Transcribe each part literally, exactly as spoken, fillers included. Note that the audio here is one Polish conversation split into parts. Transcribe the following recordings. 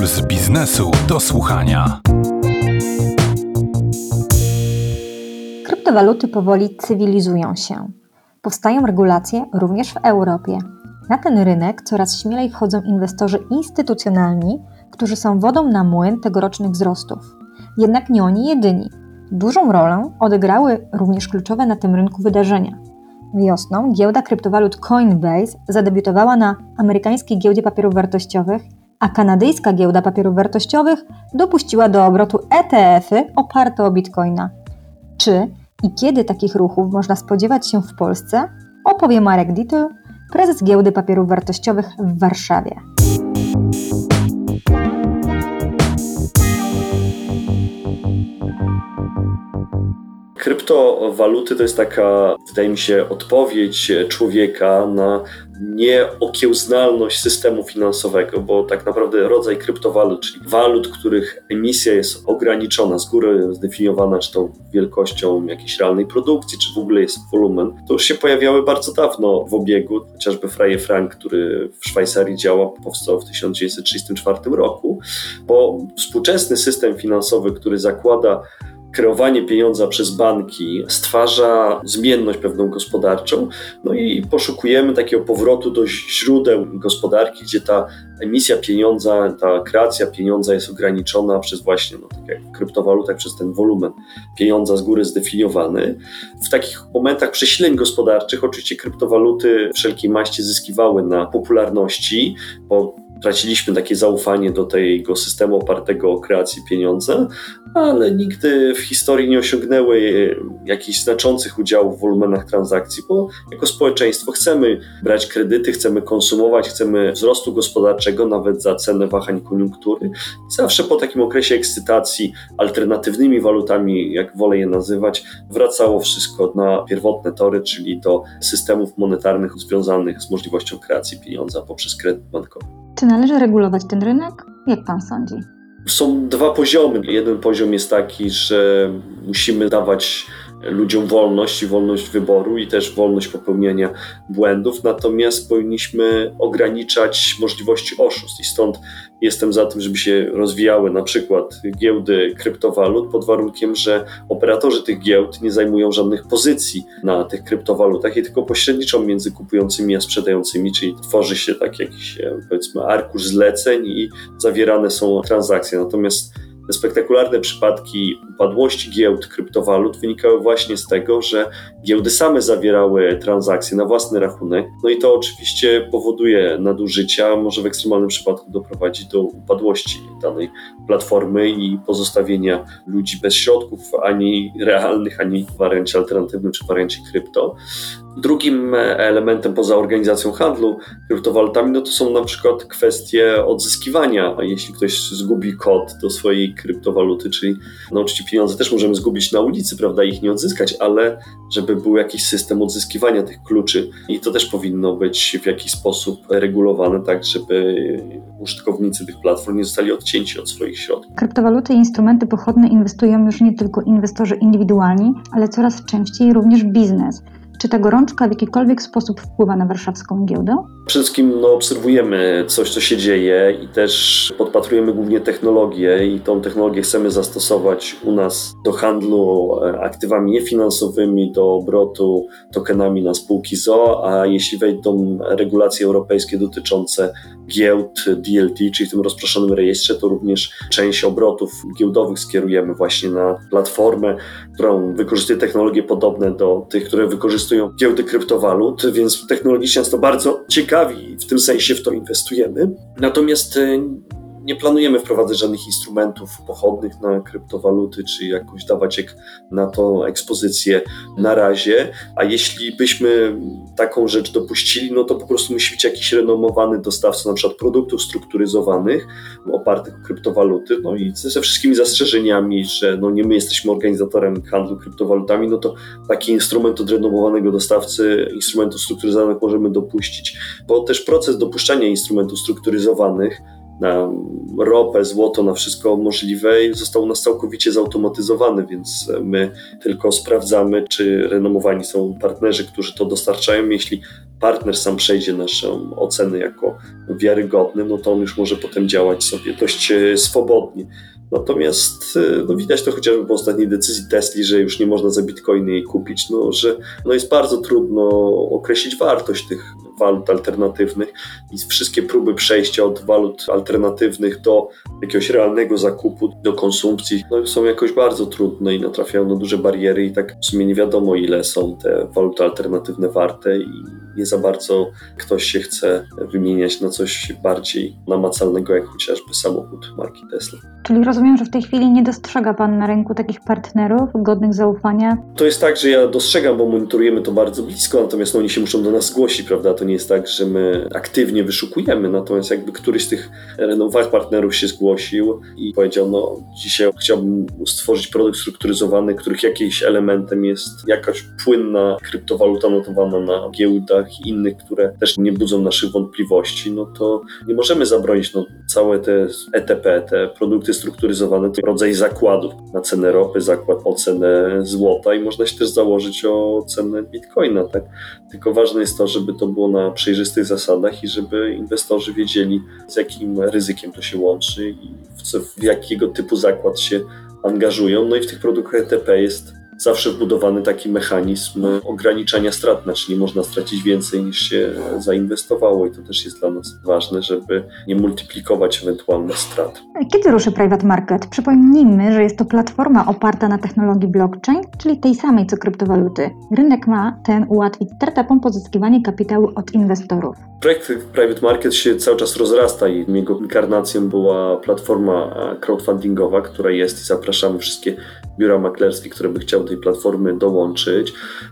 z biznesu do słuchania. Kryptowaluty powoli cywilizują się. Powstają regulacje również w Europie. Na ten rynek coraz śmielej wchodzą inwestorzy instytucjonalni, którzy są wodą na młyn tegorocznych wzrostów. Jednak nie oni jedyni. Dużą rolę odegrały również kluczowe na tym rynku wydarzenia. Wiosną giełda kryptowalut Coinbase zadebiutowała na amerykańskiej giełdzie papierów wartościowych, a kanadyjska giełda papierów wartościowych dopuściła do obrotu E T F-y oparte o bitcoina. Czy i kiedy takich ruchów można spodziewać się w Polsce? Opowie Marek Dietl, prezes giełdy papierów wartościowych w Warszawie. Kryptowaluty to jest taka, wydaje mi się, odpowiedź człowieka na nieokiełznalność systemu finansowego, bo tak naprawdę rodzaj kryptowalut, czyli walut, których emisja jest ograniczona, z góry zdefiniowana, czy to wielkością jakiejś realnej produkcji, czy w ogóle jest wolumen, to już się pojawiały bardzo dawno w obiegu. Chociażby Freie Frank, który w Szwajcarii działa, powstał w tysiąc dziewięćset trzydziestym czwartym roku, bo współczesny system finansowy, który zakłada kreowanie pieniądza przez banki, stwarza zmienność pewną gospodarczą, no i poszukujemy takiego powrotu do źródeł gospodarki, gdzie ta emisja pieniądza, ta kreacja pieniądza jest ograniczona przez właśnie, no, tak jak w kryptowalutach, przez ten wolumen pieniądza z góry zdefiniowany. W takich momentach przesileń gospodarczych oczywiście kryptowaluty wszelkiej maści zyskiwały na popularności, bo traciliśmy takie zaufanie do tego systemu opartego o kreację pieniądza, ale nigdy w historii nie osiągnęły jakichś znaczących udziałów w wolumenach transakcji, bo jako społeczeństwo chcemy brać kredyty, chcemy konsumować, chcemy wzrostu gospodarczego nawet za cenę wahań koniunktury. I zawsze po takim okresie ekscytacji alternatywnymi walutami, jak wolę je nazywać, wracało wszystko na pierwotne tory, czyli do systemów monetarnych związanych z możliwością kreacji pieniądza poprzez kredyt bankowy. Czy należy regulować ten rynek? Jak pan sądzi? Są dwa poziomy. Jeden poziom jest taki, że musimy dawać ludziom wolność i wolność wyboru i też wolność popełniania błędów, natomiast powinniśmy ograniczać możliwości oszustw i stąd jestem za tym, żeby się rozwijały na przykład giełdy kryptowalut pod warunkiem, że operatorzy tych giełd nie zajmują żadnych pozycji na tych kryptowalutach i tylko pośredniczą między kupującymi a sprzedającymi, czyli tworzy się tak jakiś, powiedzmy, arkusz zleceń i zawierane są transakcje. Natomiast te spektakularne przypadki upadłości giełd kryptowalut wynikały właśnie z tego, że giełdy same zawierały transakcje na własny rachunek. No i to oczywiście powoduje nadużycia, może w ekstremalnym przypadku doprowadzić do upadłości danej platformy i pozostawienia ludzi bez środków ani realnych, ani w wariancie alternatywnym czy wariancie krypto. Drugim elementem poza organizacją handlu kryptowalutami, no to są na przykład kwestie odzyskiwania. Jeśli ktoś zgubi kod do swojej kryptowaluty, czyli no oczywiście pieniądze też możemy zgubić na ulicy, prawda, ich nie odzyskać, ale żeby był jakiś system odzyskiwania tych kluczy i to też powinno być w jakiś sposób regulowane, tak żeby użytkownicy tych platform nie zostali odcięci od swoich środków. Kryptowaluty i instrumenty pochodne inwestują już nie tylko inwestorzy indywidualni, ale coraz częściej również biznes. Czy ta gorączka w jakikolwiek sposób wpływa na warszawską giełdę? Przede wszystkim no, obserwujemy coś, co się dzieje i też podpatrujemy głównie technologię i tą technologię chcemy zastosować u nas do handlu aktywami niefinansowymi, do obrotu tokenami na spółki z o o, a jeśli wejdą regulacje europejskie dotyczące giełd D L T, czyli w tym rozproszonym rejestrze, to również część obrotów giełdowych skierujemy właśnie na platformę, którą wykorzystuje technologie podobne do tych, które wykorzystują giełdy kryptowalut, więc technologicznie nas to bardzo ciekawi i w tym sensie w to inwestujemy. Natomiast nie planujemy wprowadzać żadnych instrumentów pochodnych na kryptowaluty, czy jakoś dawać na to ekspozycję na razie, a jeśli byśmy taką rzecz dopuścili, no to po prostu musi być jakiś renomowany dostawca na przykład produktów strukturyzowanych opartych o kryptowaluty, no i ze wszystkimi zastrzeżeniami, że no nie my jesteśmy organizatorem handlu kryptowalutami, no to taki instrument od renomowanego dostawcy instrumentów strukturyzowanych możemy dopuścić, bo też proces dopuszczania instrumentów strukturyzowanych na ropę, złoto, na wszystko możliwe, został u nas całkowicie zautomatyzowany, więc my tylko sprawdzamy, czy renomowani są partnerzy, którzy to dostarczają. Jeśli partner sam przejdzie naszą ocenę jako wiarygodny, no to on już może potem działać sobie dość swobodnie. Natomiast no widać to chociażby po ostatniej decyzji Tesli, że już nie można za bitcoiny jej kupić, no, że no jest bardzo trudno określić wartość tych walut alternatywnych i wszystkie próby przejścia od walut alternatywnych do jakiegoś realnego zakupu, do konsumpcji no są jakoś bardzo trudne i natrafiają na duże bariery i tak w sumie nie wiadomo, ile są te waluty alternatywne warte i nie za bardzo ktoś się chce wymieniać na coś bardziej namacalnego, jak chociażby samochód marki Tesla. Czyli rozumiem, że w tej chwili nie dostrzega Pan na rynku takich partnerów godnych zaufania? To jest tak, że ja dostrzegam, bo monitorujemy to bardzo blisko, natomiast no, oni się muszą do nas zgłosić, prawda? To nie jest tak, że my aktywnie wyszukujemy, natomiast jakby któryś z tych renomowanych partnerów się zgłosił i powiedział, no dzisiaj chciałbym stworzyć produkt strukturyzowany, których jakimś elementem jest jakaś płynna kryptowaluta notowana na giełdach i innych, które też nie budzą naszych wątpliwości, no to nie możemy zabronić, no całe te E T P, te produkty strukturyzowane, to rodzaj zakładów na cenę ropy, zakład o cenę złota i można się też założyć o cenę bitcoina, tak? Tylko ważne jest to, żeby to było na przejrzystych zasadach i żeby inwestorzy wiedzieli, z jakim ryzykiem to się łączy i w, co, w jakiego typu zakład się angażują. No i w tych produktach E T P jest zawsze wbudowany taki mechanizm ograniczania strat, znaczy nie można stracić więcej niż się zainwestowało i to też jest dla nas ważne, żeby nie multiplikować ewentualnych strat. Kiedy ruszy Private Market? Przypomnijmy, że jest to platforma oparta na technologii blockchain, czyli tej samej co kryptowaluty. Rynek ma ten ułatwić startupom pozyskiwanie kapitału od inwestorów. Projekt Private Market się cały czas rozrasta i jego inkarnacją była platforma crowdfundingowa, która jest i zapraszamy wszystkie biura maklerskie, które by chciały do tej platformy dołączyć,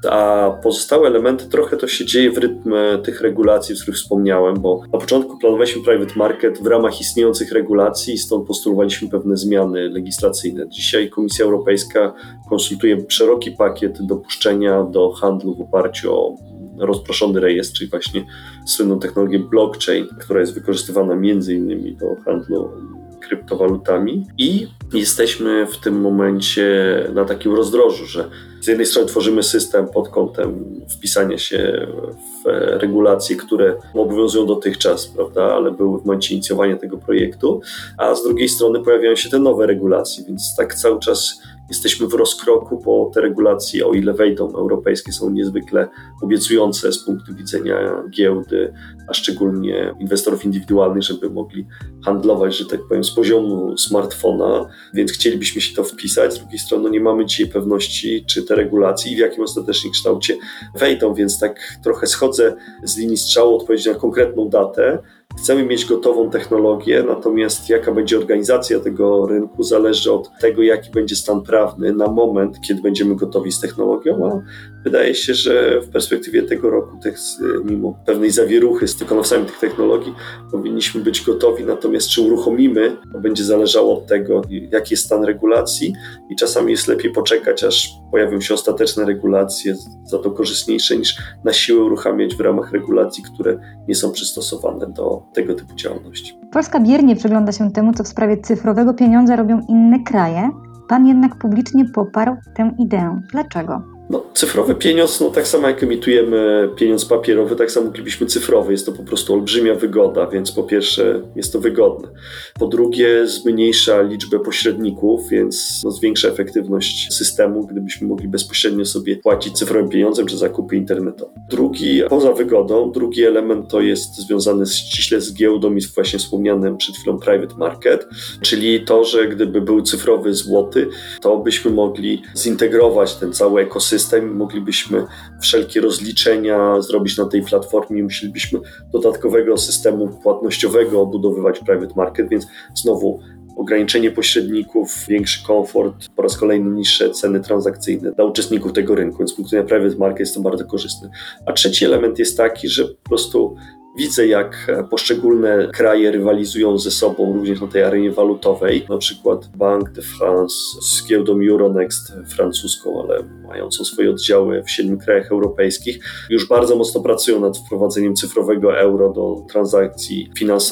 a pozostałe elementy trochę to się dzieje w rytm tych regulacji, o których wspomniałem, bo na początku planowaliśmy Private Market w ramach istniejących regulacji i stąd postulowaliśmy pewne zmiany legislacyjne. Dzisiaj Komisja Europejska konsultuje szeroki pakiet dopuszczenia do handlu w oparciu o rozproszony rejestr, czyli właśnie słynną technologię blockchain, która jest wykorzystywana między innymi do handlu kryptowalutami i jesteśmy w tym momencie na takim rozdrożu, że z jednej strony tworzymy system pod kątem wpisania się w regulacje, które obowiązują dotychczas, prawda, ale były w momencie inicjowania tego projektu, a z drugiej strony pojawiają się te nowe regulacje, więc tak cały czas jesteśmy w rozkroku, bo te regulacje, o ile wejdą, europejskie, są niezwykle obiecujące z punktu widzenia giełdy, a szczególnie inwestorów indywidualnych, żeby mogli handlować, że tak powiem, z poziomu smartfona, więc chcielibyśmy się to wpisać. Z drugiej strony nie mamy dzisiaj pewności, czy te regulacje i w jakim ostatecznie kształcie wejdą, więc tak trochę schodzę z linii strzału odpowiedzi na konkretną datę. Chcemy mieć gotową technologię, natomiast jaka będzie organizacja tego rynku zależy od tego, jaki będzie stan prawny na moment, kiedy będziemy gotowi z technologią, a wydaje się, że w perspektywie tego roku, tych, mimo pewnej zawieruchy z wykonawcami tych technologii, powinniśmy być gotowi, natomiast czy uruchomimy, to będzie zależało od tego, jaki jest stan regulacji i czasami jest lepiej poczekać, aż pojawią się ostateczne regulacje, za to korzystniejsze niż na siłę uruchamiać w ramach regulacji, które nie są przystosowane do tego typu działalności. Polska biernie przygląda się temu, co w sprawie cyfrowego pieniądza robią inne kraje. Pan jednak publicznie poparł tę ideę. Dlaczego? No, cyfrowy pieniądz, no tak samo jak emitujemy pieniądz papierowy, tak samo moglibyśmy cyfrowy. Jest to po prostu olbrzymia wygoda, więc po pierwsze jest to wygodne. Po drugie zmniejsza liczbę pośredników, więc no, zwiększa efektywność systemu, gdybyśmy mogli bezpośrednio sobie płacić cyfrowym pieniądzem czy zakupy internetowe. Drugi, poza wygodą, drugi element to jest związany ściśle z giełdą i właśnie wspomnianym przed chwilą private market, czyli to, że gdyby był cyfrowy złoty, to byśmy mogli zintegrować ten cały ekosystem, moglibyśmy wszelkie rozliczenia zrobić na tej platformie, musielibyśmy dodatkowego systemu płatnościowego obudowywać private market, więc znowu ograniczenie pośredników, większy komfort, po raz kolejny niższe ceny transakcyjne dla uczestników tego rynku, więc z punktu widzenia private market jest to bardzo korzystne. A trzeci element jest taki, że po prostu widzę, jak poszczególne kraje rywalizują ze sobą również na tej arenie walutowej. Na przykład Banque de France z giełdą Euronext francuską, ale mającą swoje oddziały w siedmiu krajach europejskich, już bardzo mocno pracują nad wprowadzeniem cyfrowego euro do transakcji finansowych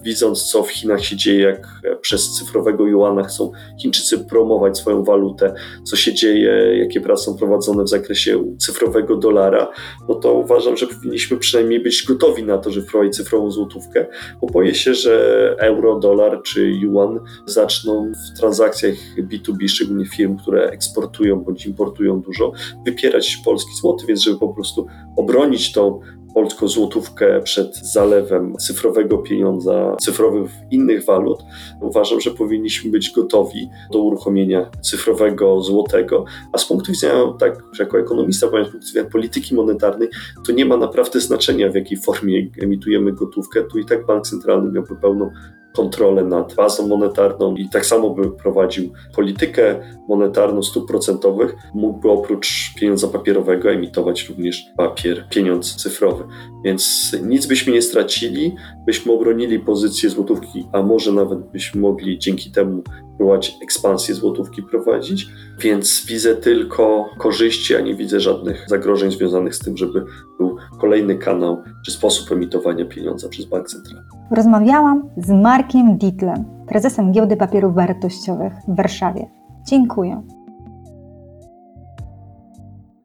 widząc co w Chinach się dzieje, jak przez cyfrowego juana chcą Chińczycy promować swoją walutę, co się dzieje, jakie prace są prowadzone w zakresie cyfrowego dolara, no to uważam, że powinniśmy przynajmniej być gotowi na to, żeby wprowadzić cyfrową złotówkę, bo boję się, że euro, dolar czy yuan zaczną w transakcjach B dwa B, szczególnie firm, które eksportują bądź importują dużo, wypierać polski złoty, więc żeby po prostu obronić tą polską złotówkę przed zalewem cyfrowego pieniądza, cyfrowych innych walut, uważam, że powinniśmy być gotowi do uruchomienia cyfrowego złotego, a z punktu widzenia, tak, że jako ekonomista, powiem, z punktu widzenia polityki monetarnej, to nie ma naprawdę znaczenia, w jakiej formie emitujemy gotówkę, tu i tak bank centralny miałby pełną kontrolę nad bazą monetarną i tak samo by prowadził politykę monetarną stóp procentowych, mógłby oprócz pieniądza papierowego emitować również papier, pieniądz cyfrowy. Więc nic byśmy nie stracili, byśmy obronili pozycję złotówki, a może nawet byśmy mogli dzięki temu próbować ekspansję złotówki prowadzić, więc widzę tylko korzyści, a nie widzę żadnych zagrożeń związanych z tym, żeby był kolejny kanał czy sposób emitowania pieniądza przez bank centralny. Rozmawiałam z Markiem Dittlem, prezesem Giełdy Papierów Wartościowych w Warszawie. Dziękuję.